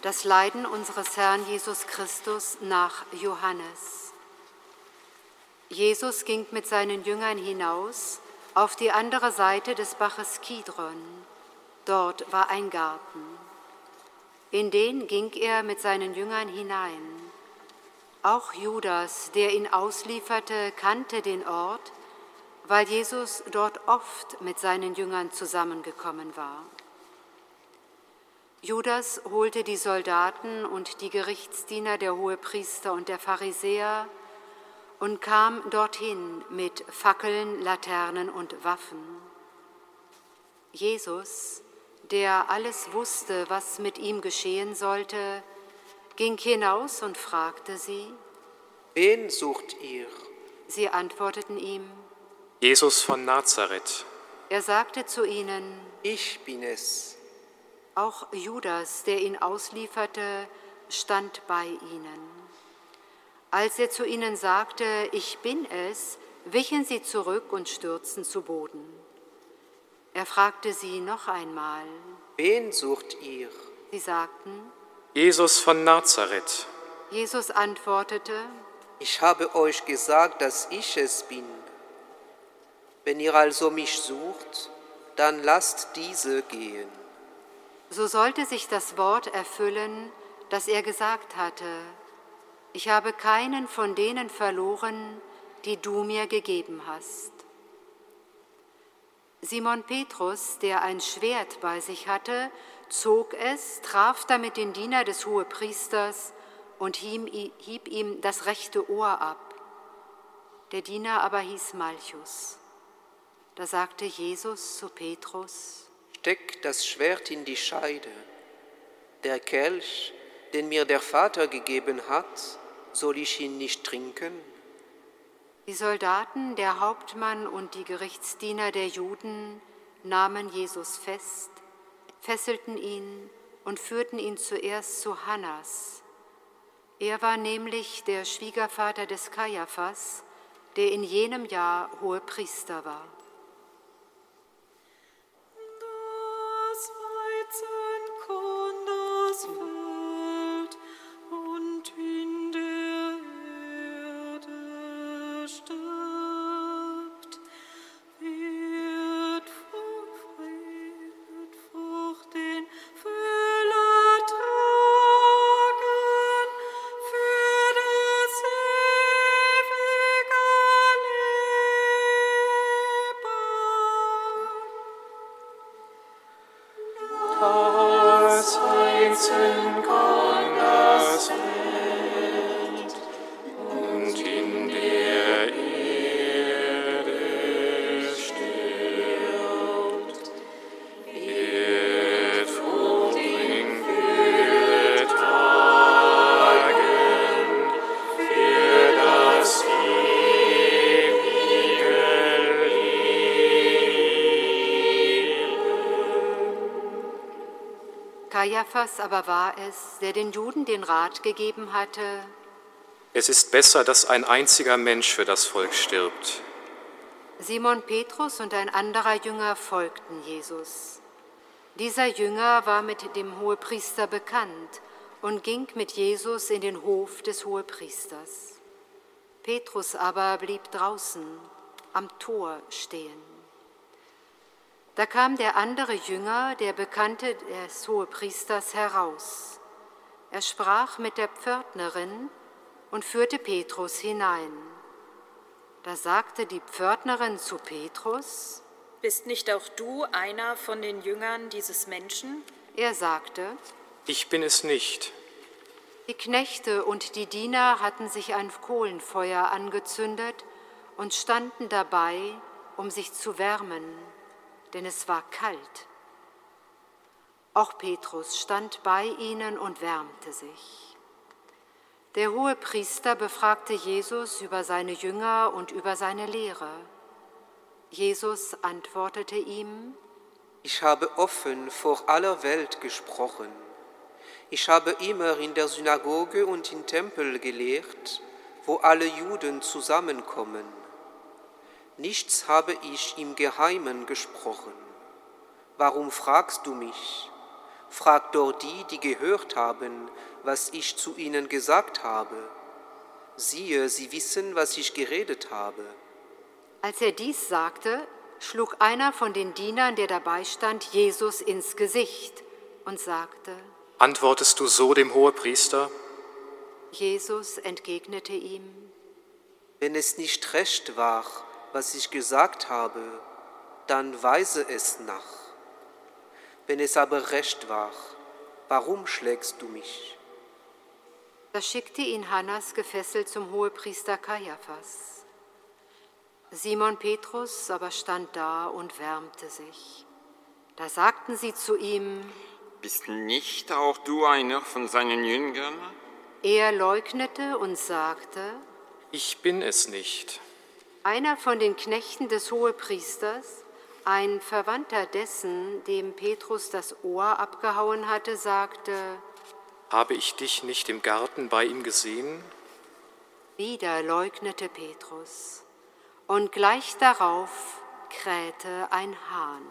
Das Leiden unseres Herrn Jesus Christus nach Johannes. Jesus ging mit seinen Jüngern hinaus auf die andere Seite des Baches Kidron. Dort war ein Garten. In den ging er mit seinen Jüngern hinein. Auch Judas, der ihn auslieferte, kannte den Ort, weil Jesus dort oft mit seinen Jüngern zusammengekommen war. Judas holte die Soldaten und die Gerichtsdiener der Hohepriester und der Pharisäer und kam dorthin mit Fackeln, Laternen und Waffen. Jesus, der alles wusste, was mit ihm geschehen sollte, ging hinaus und fragte sie: Wen sucht ihr? Sie antworteten ihm: Jesus von Nazareth. Er sagte zu ihnen: Ich bin es. Auch Judas, der ihn auslieferte, stand bei ihnen. Als er zu ihnen sagte: Ich bin es, wichen sie zurück und stürzten zu Boden. Er fragte sie noch einmal: Wen sucht ihr? Sie sagten: Jesus von Nazareth. Jesus antwortete: Ich habe euch gesagt, dass ich es bin. Wenn ihr also mich sucht, dann lasst diese gehen. So sollte sich das Wort erfüllen, das er gesagt hatte: Ich habe keinen von denen verloren, die du mir gegeben hast. Simon Petrus, der ein Schwert bei sich hatte, zog es, traf damit den Diener des Hohepriesters und hieb ihm das rechte Ohr ab. Der Diener aber hieß Malchus. Da sagte Jesus zu Petrus: Steck das Schwert in die Scheide. Der Kelch, den mir der Vater gegeben hat, soll ich ihn nicht trinken? Die Soldaten, der Hauptmann und die Gerichtsdiener der Juden nahmen Jesus fest, fesselten ihn und führten ihn zuerst zu Hannas. Er war nämlich der Schwiegervater des Kajaphas, der in jenem Jahr Hohepriester war. Kajaphas aber war es, der den Juden den Rat gegeben hatte: Es ist besser, dass ein einziger Mensch für das Volk stirbt. Simon Petrus und ein anderer Jünger folgten Jesus. Dieser Jünger war mit dem Hohepriester bekannt und ging mit Jesus in den Hof des Hohepriesters. Petrus aber blieb draußen am Tor stehen. Da kam der andere Jünger, der Bekannte des Hohepriesters, heraus. Er sprach mit der Pförtnerin und führte Petrus hinein. Da sagte die Pförtnerin zu Petrus: Bist nicht auch du einer von den Jüngern dieses Menschen? Er sagte: Ich bin es nicht. Die Knechte und die Diener hatten sich ein Kohlenfeuer angezündet und standen dabei, um sich zu wärmen, denn es war kalt. Auch Petrus stand bei ihnen und wärmte sich. Der Hohepriester befragte Jesus über seine Jünger und über seine Lehre. Jesus antwortete ihm: Ich habe offen vor aller Welt gesprochen. Ich habe immer in der Synagoge und im Tempel gelehrt, wo alle Juden zusammenkommen. Nichts habe ich im Geheimen gesprochen. Warum fragst du mich? Fragt doch die, die gehört haben, was ich zu ihnen gesagt habe. Siehe, sie wissen, was ich geredet habe. Als er dies sagte, schlug einer von den Dienern, der dabei stand, Jesus ins Gesicht und sagte: Antwortest du so dem Hohepriester? Jesus entgegnete ihm: Wenn es nicht recht war, was ich gesagt habe, dann weise es nach. Wenn es aber recht war, warum schlägst du mich? Da schickte ihn Hannas gefesselt zum Hohepriester Kajaphas. Simon Petrus aber stand da und wärmte sich. Da sagten sie zu ihm: Bist nicht auch du einer von seinen Jüngern? Er leugnete und sagte: Ich bin es nicht. Einer von den Knechten des Hohepriesters, ein Verwandter dessen, dem Petrus das Ohr abgehauen hatte, sagte: Habe ich dich nicht im Garten bei ihm gesehen? Wieder leugnete Petrus. Und gleich darauf krähte ein Hahn.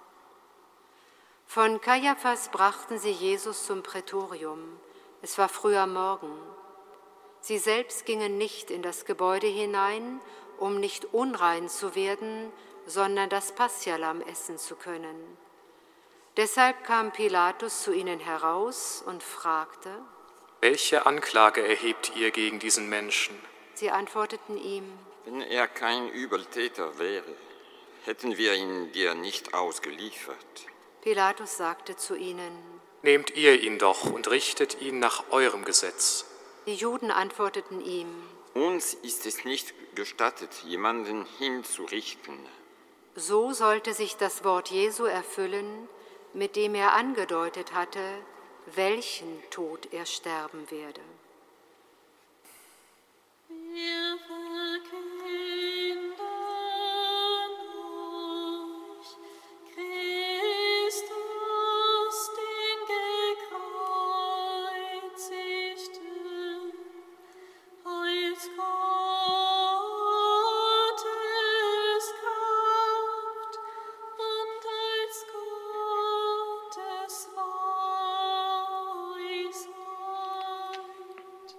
Von Kajaphas brachten sie Jesus zum Prätorium. Es war früh am Morgen. Sie selbst gingen nicht in das Gebäude hinein, um nicht unrein zu werden, sondern das Paschalamm essen zu können. Deshalb kam Pilatus zu ihnen heraus und fragte: Welche Anklage erhebt ihr gegen diesen Menschen? Sie antworteten ihm: Wenn er kein Übeltäter wäre, hätten wir ihn dir nicht ausgeliefert. Pilatus sagte zu ihnen: Nehmt ihr ihn doch und richtet ihn nach eurem Gesetz. Die Juden antworteten ihm: Uns ist es nicht gestattet, jemanden hinzurichten. So sollte sich das Wort Jesu erfüllen, mit dem er angedeutet hatte, welchen Tod er sterben werde. Wir verkünden euch Christus, den Gekreuzigten, als Gottes Kraft und als Gottes Weisheit.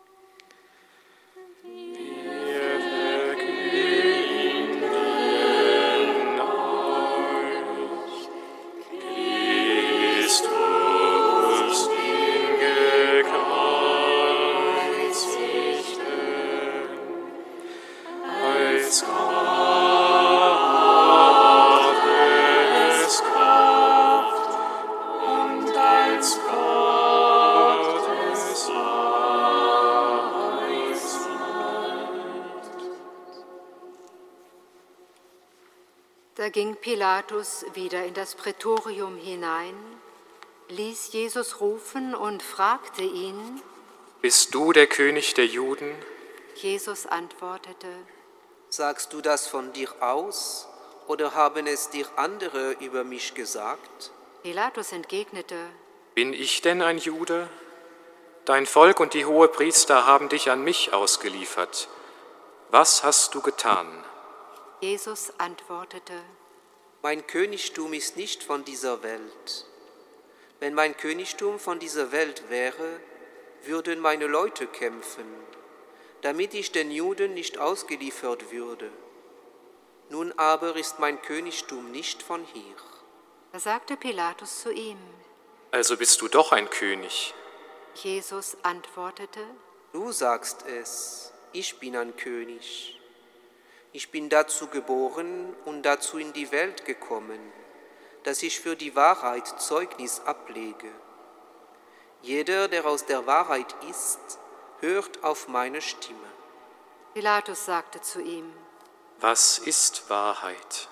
Da ging Pilatus wieder in das Prätorium hinein, ließ Jesus rufen und fragte ihn: Bist du der König der Juden? Jesus antwortete: Sagst du das von dir aus, oder haben es dir andere über mich gesagt? Pilatus entgegnete: Bin ich denn ein Jude? Dein Volk und die Hohepriester haben dich an mich ausgeliefert. Was hast du getan? Jesus antwortete: Mein Königtum ist nicht von dieser Welt. Wenn mein Königtum von dieser Welt wäre, würden meine Leute kämpfen, damit ich den Juden nicht ausgeliefert würde. Nun aber ist mein Königtum nicht von hier. Da sagte Pilatus zu ihm: Also bist du doch ein König. Jesus antwortete: Du sagst es, ich bin ein König. Ich bin dazu geboren und dazu in die Welt gekommen, dass ich für die Wahrheit Zeugnis ablege. Jeder, der aus der Wahrheit ist, hört auf meine Stimme. Pilatus sagte zu ihm: Was ist Wahrheit?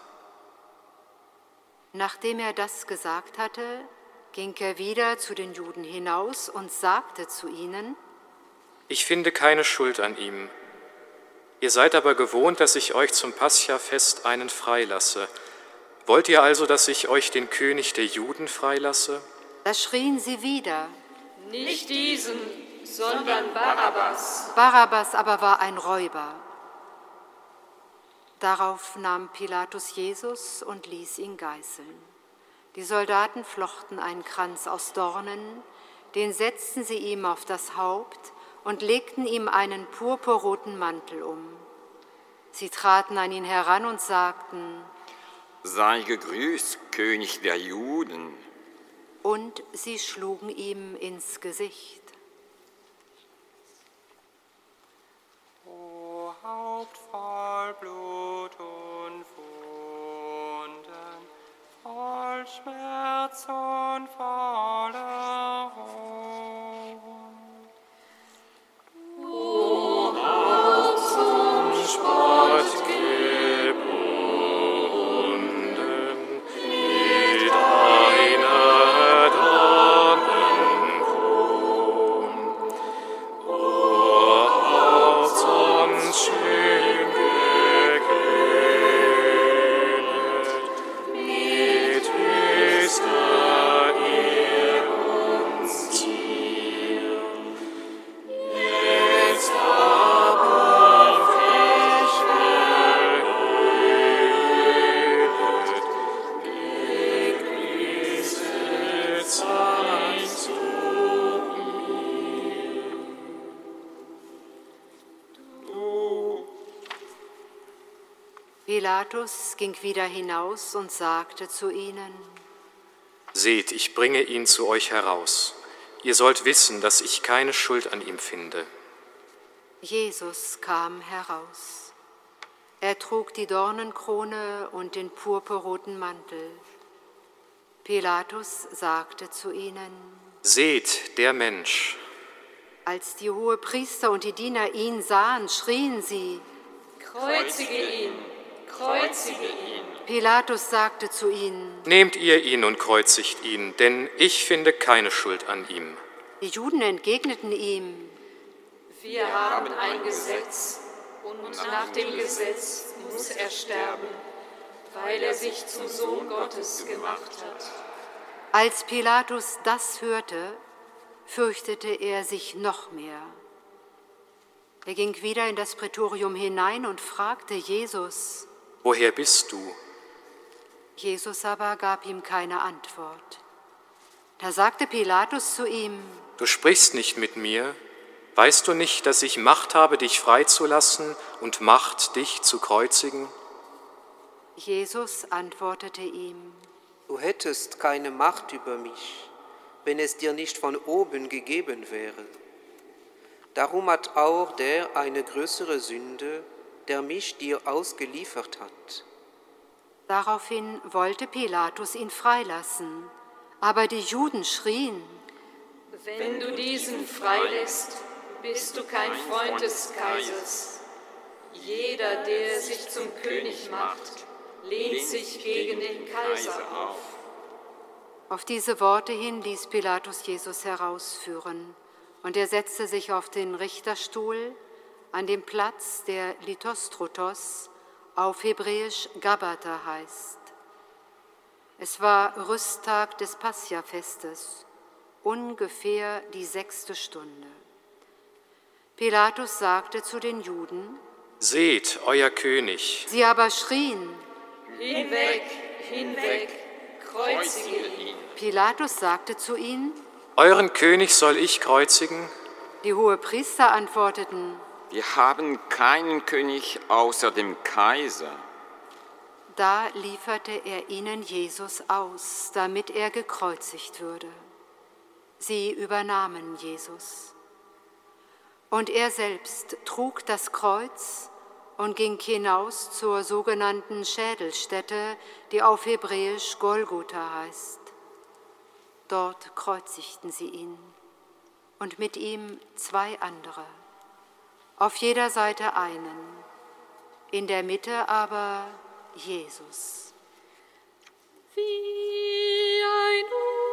Nachdem er das gesagt hatte, ging er wieder zu den Juden hinaus und sagte zu ihnen: Ich finde keine Schuld an ihm. Ihr seid aber gewohnt, dass ich euch zum Paschafest einen freilasse. Wollt ihr also, dass ich euch den König der Juden freilasse? Da schrien sie wieder. Nicht diesen, sondern Barabbas. Barabbas aber war ein Räuber. Darauf nahm Pilatus Jesus und ließ ihn geißeln. Die Soldaten flochten einen Kranz aus Dornen, den setzten sie ihm auf das Haupt und legten ihm einen purpurroten Mantel um. Sie traten an ihn heran und sagten: Sei gegrüßt, König der Juden. Und sie schlugen ihm ins Gesicht. O Haupt voll Blut und Wunden, voll Schmerz und voller Wund. O Haupt zum Spott gebunden, mit einer Dornenkron. O Haupt sonst schön gekrönet, mit höchster Ehr und Zier. Jetzt aber frisch verhöhnet, gegrüßet seist du mir. Pilatus ging wieder hinaus und sagte zu ihnen: Seht, ich bringe ihn zu euch heraus. Ihr sollt wissen, dass ich keine Schuld an ihm finde. Jesus kam heraus. Er trug die Dornenkrone und den purpurroten Mantel. Pilatus sagte zu ihnen: Seht, der Mensch. Als die Hohepriester und die Diener ihn sahen, schrien sie. Kreuzige ihn! Kreuzige ihn! Pilatus sagte zu ihnen: Nehmt ihr ihn und kreuzigt ihn, denn ich finde keine Schuld an ihm. Die Juden entgegneten ihm: Wir haben ein Gesetz und nach dem Gesetz muss er sterben, weil er sich zum Sohn Gottes gemacht hat. Als Pilatus das hörte, fürchtete er sich noch mehr. Er ging wieder in das Prätorium hinein und fragte Jesus: Woher bist du? Jesus aber gab ihm keine Antwort. Da sagte Pilatus zu ihm: Du sprichst nicht mit mir. Weißt du nicht, dass ich Macht habe, dich freizulassen und Macht, dich zu kreuzigen? Jesus antwortete ihm: Du hättest keine Macht über mich, wenn es dir nicht von oben gegeben wäre. Darum hat auch der eine größere Sünde, der mich dir ausgeliefert hat. Daraufhin wollte Pilatus ihn freilassen, aber die Juden schrien: Wenn du diesen freilässt, bist du kein Freund des Kaisers. Jeder, der sich zum König macht, lehnt sich gegen den Kaiser auf. Auf diese Worte hin ließ Pilatus Jesus herausführen, und er setzte sich auf den Richterstuhl an dem Platz, der Lithostrotos, auf Hebräisch Gabbatha heißt. Es war Rüsttag des Pascha-Festes, ungefähr die 6. Stunde. Pilatus sagte zu den Juden: Seht, euer König. Sie aber schrien: Hinweg, hinweg, kreuzige ihn. Pilatus sagte zu ihnen: Euren König soll ich kreuzigen? Die Hohepriester antworteten: Wir haben keinen König außer dem Kaiser. Da lieferte er ihnen Jesus aus, damit er gekreuzigt würde. Sie übernahmen Jesus. Und er selbst trug das Kreuz und ging hinaus zur sogenannten Schädelstätte, die auf Hebräisch Golgotha heißt. Dort kreuzigten sie ihn und mit ihm 2 andere, auf jeder Seite einen, in der Mitte aber Jesus. Wie ein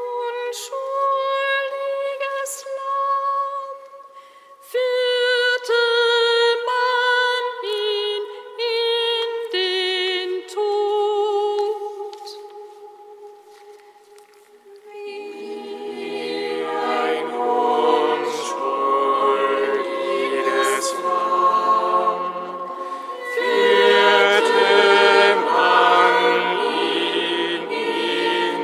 unschuldiges Lamm führte man ihn in den Tod. Wie ein unschuldiges Lamm führte man ihn in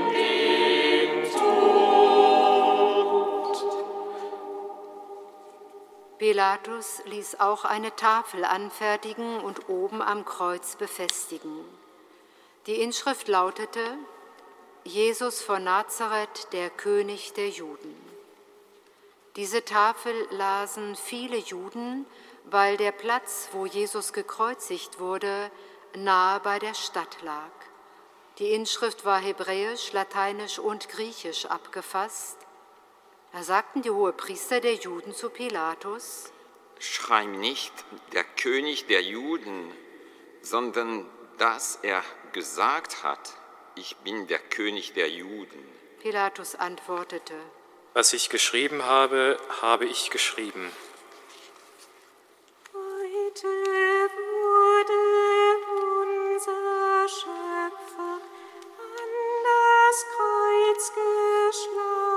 Pilatus ließ auch eine Tafel anfertigen und oben am Kreuz befestigen. Die Inschrift lautete: Jesus von Nazareth, der König der Juden. Diese Tafel lasen viele Juden, weil der Platz, wo Jesus gekreuzigt wurde, nahe bei der Stadt lag. Die Inschrift war hebräisch, lateinisch und griechisch abgefasst. Da sagten die Hohepriester der Juden zu Pilatus: Schreib nicht der König der Juden, sondern dass er gesagt hat, ich bin der König der Juden. Pilatus antwortete: Was ich geschrieben habe, habe ich geschrieben. Heute wurde unser Schöpfer an das Kreuz geschlagen.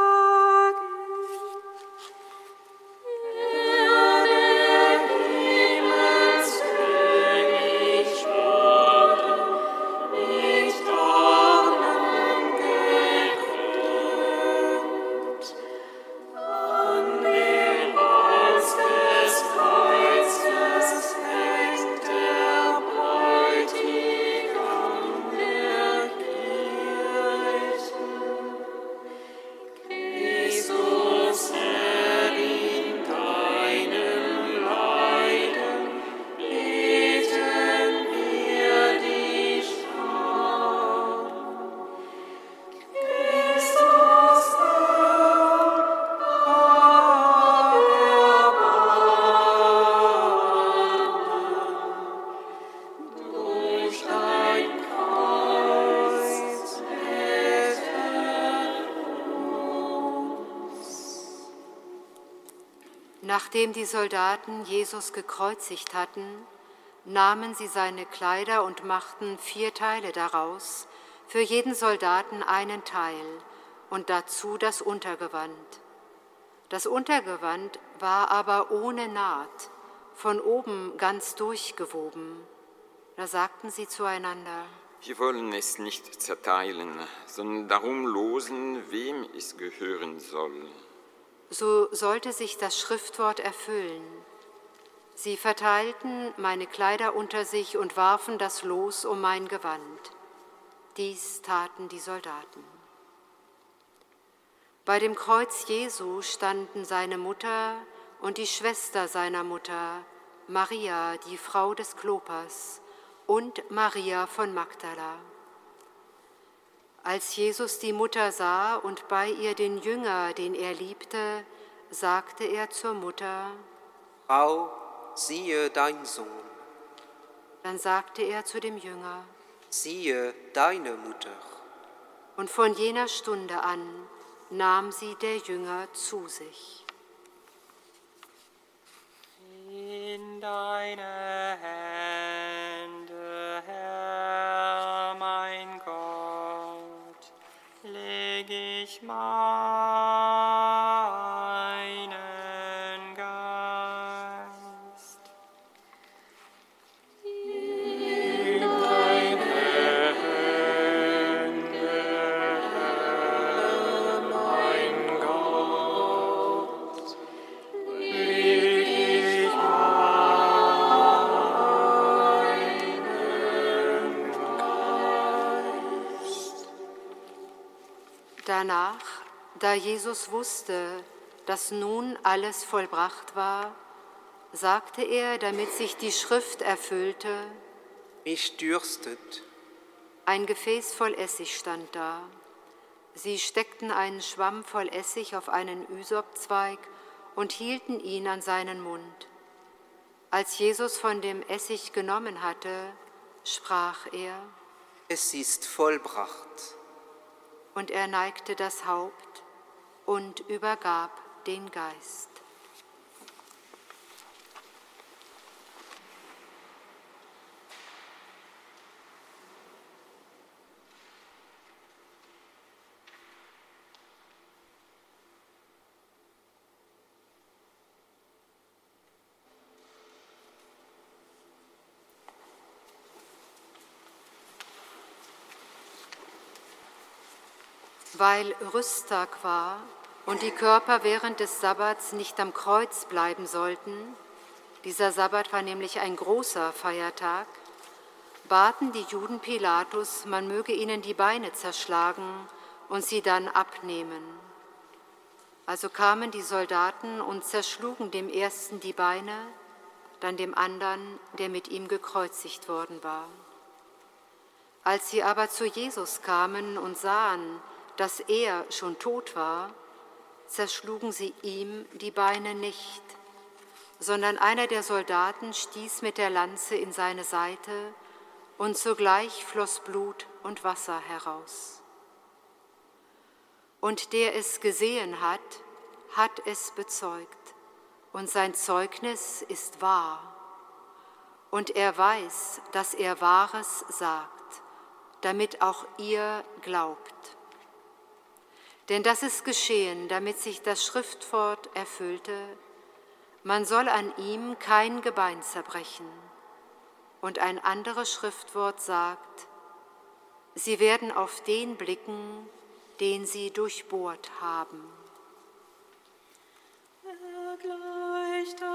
Nachdem die Soldaten Jesus gekreuzigt hatten, nahmen sie seine Kleider und machten 4 Teile daraus, für jeden Soldaten einen Teil und dazu das Untergewand. Das Untergewand war aber ohne Naht, von oben ganz durchgewoben. Da sagten sie zueinander: Wir wollen es nicht zerteilen, sondern darum losen, wem es gehören soll. So sollte sich das Schriftwort erfüllen. Sie verteilten meine Kleider unter sich und warfen das Los um mein Gewand. Dies taten die Soldaten. Bei dem Kreuz Jesu standen seine Mutter und die Schwester seiner Mutter, Maria, die Frau des Klopas, und Maria von Magdala. Als Jesus die Mutter sah und bei ihr den Jünger, den er liebte, sagte er zur Mutter: Frau, siehe dein Sohn. Dann sagte er zu dem Jünger: Siehe deine Mutter. Und von jener Stunde an nahm sie der Jünger zu sich. In deine Hände, Herr, mein Gott, leg ich meinen Geist. In deine Hände, Herr, mein Gott, leg ich meinen Geist. Danach, da Jesus wusste, dass nun alles vollbracht war, sagte er, damit sich die Schrift erfüllte: Mich dürstet. Ein Gefäß voll Essig stand da. Sie steckten einen Schwamm voll Essig auf einen Ysopzweig und hielten ihn an seinen Mund. Als Jesus von dem Essig genommen hatte, sprach er, Es ist vollbracht. und er neigte das Haupt und übergab den Geist. Weil Rüsttag war, und die Körper während des Sabbats nicht am Kreuz bleiben sollten, dieser Sabbat war nämlich ein großer Feiertag, baten die Juden Pilatus, man möge ihnen die Beine zerschlagen und sie dann abnehmen. Also kamen die Soldaten und zerschlugen dem ersten die Beine, dann dem anderen, der mit ihm gekreuzigt worden war. Als sie aber zu Jesus kamen und sahen, dass er schon tot war, zerschlugen sie ihm die Beine nicht, sondern einer der Soldaten stieß mit der Lanze in seine Seite, und sogleich floss Blut und Wasser heraus. Und der es gesehen hat, hat es bezeugt, und sein Zeugnis ist wahr. Und er weiß, dass er Wahres sagt, damit auch ihr glaubt. Denn das ist geschehen, damit sich das Schriftwort erfüllte, man soll an ihm kein Gebein zerbrechen. Und ein anderes Schriftwort sagt, sie werden auf den blicken, den sie durchbohrt haben. Er gleicht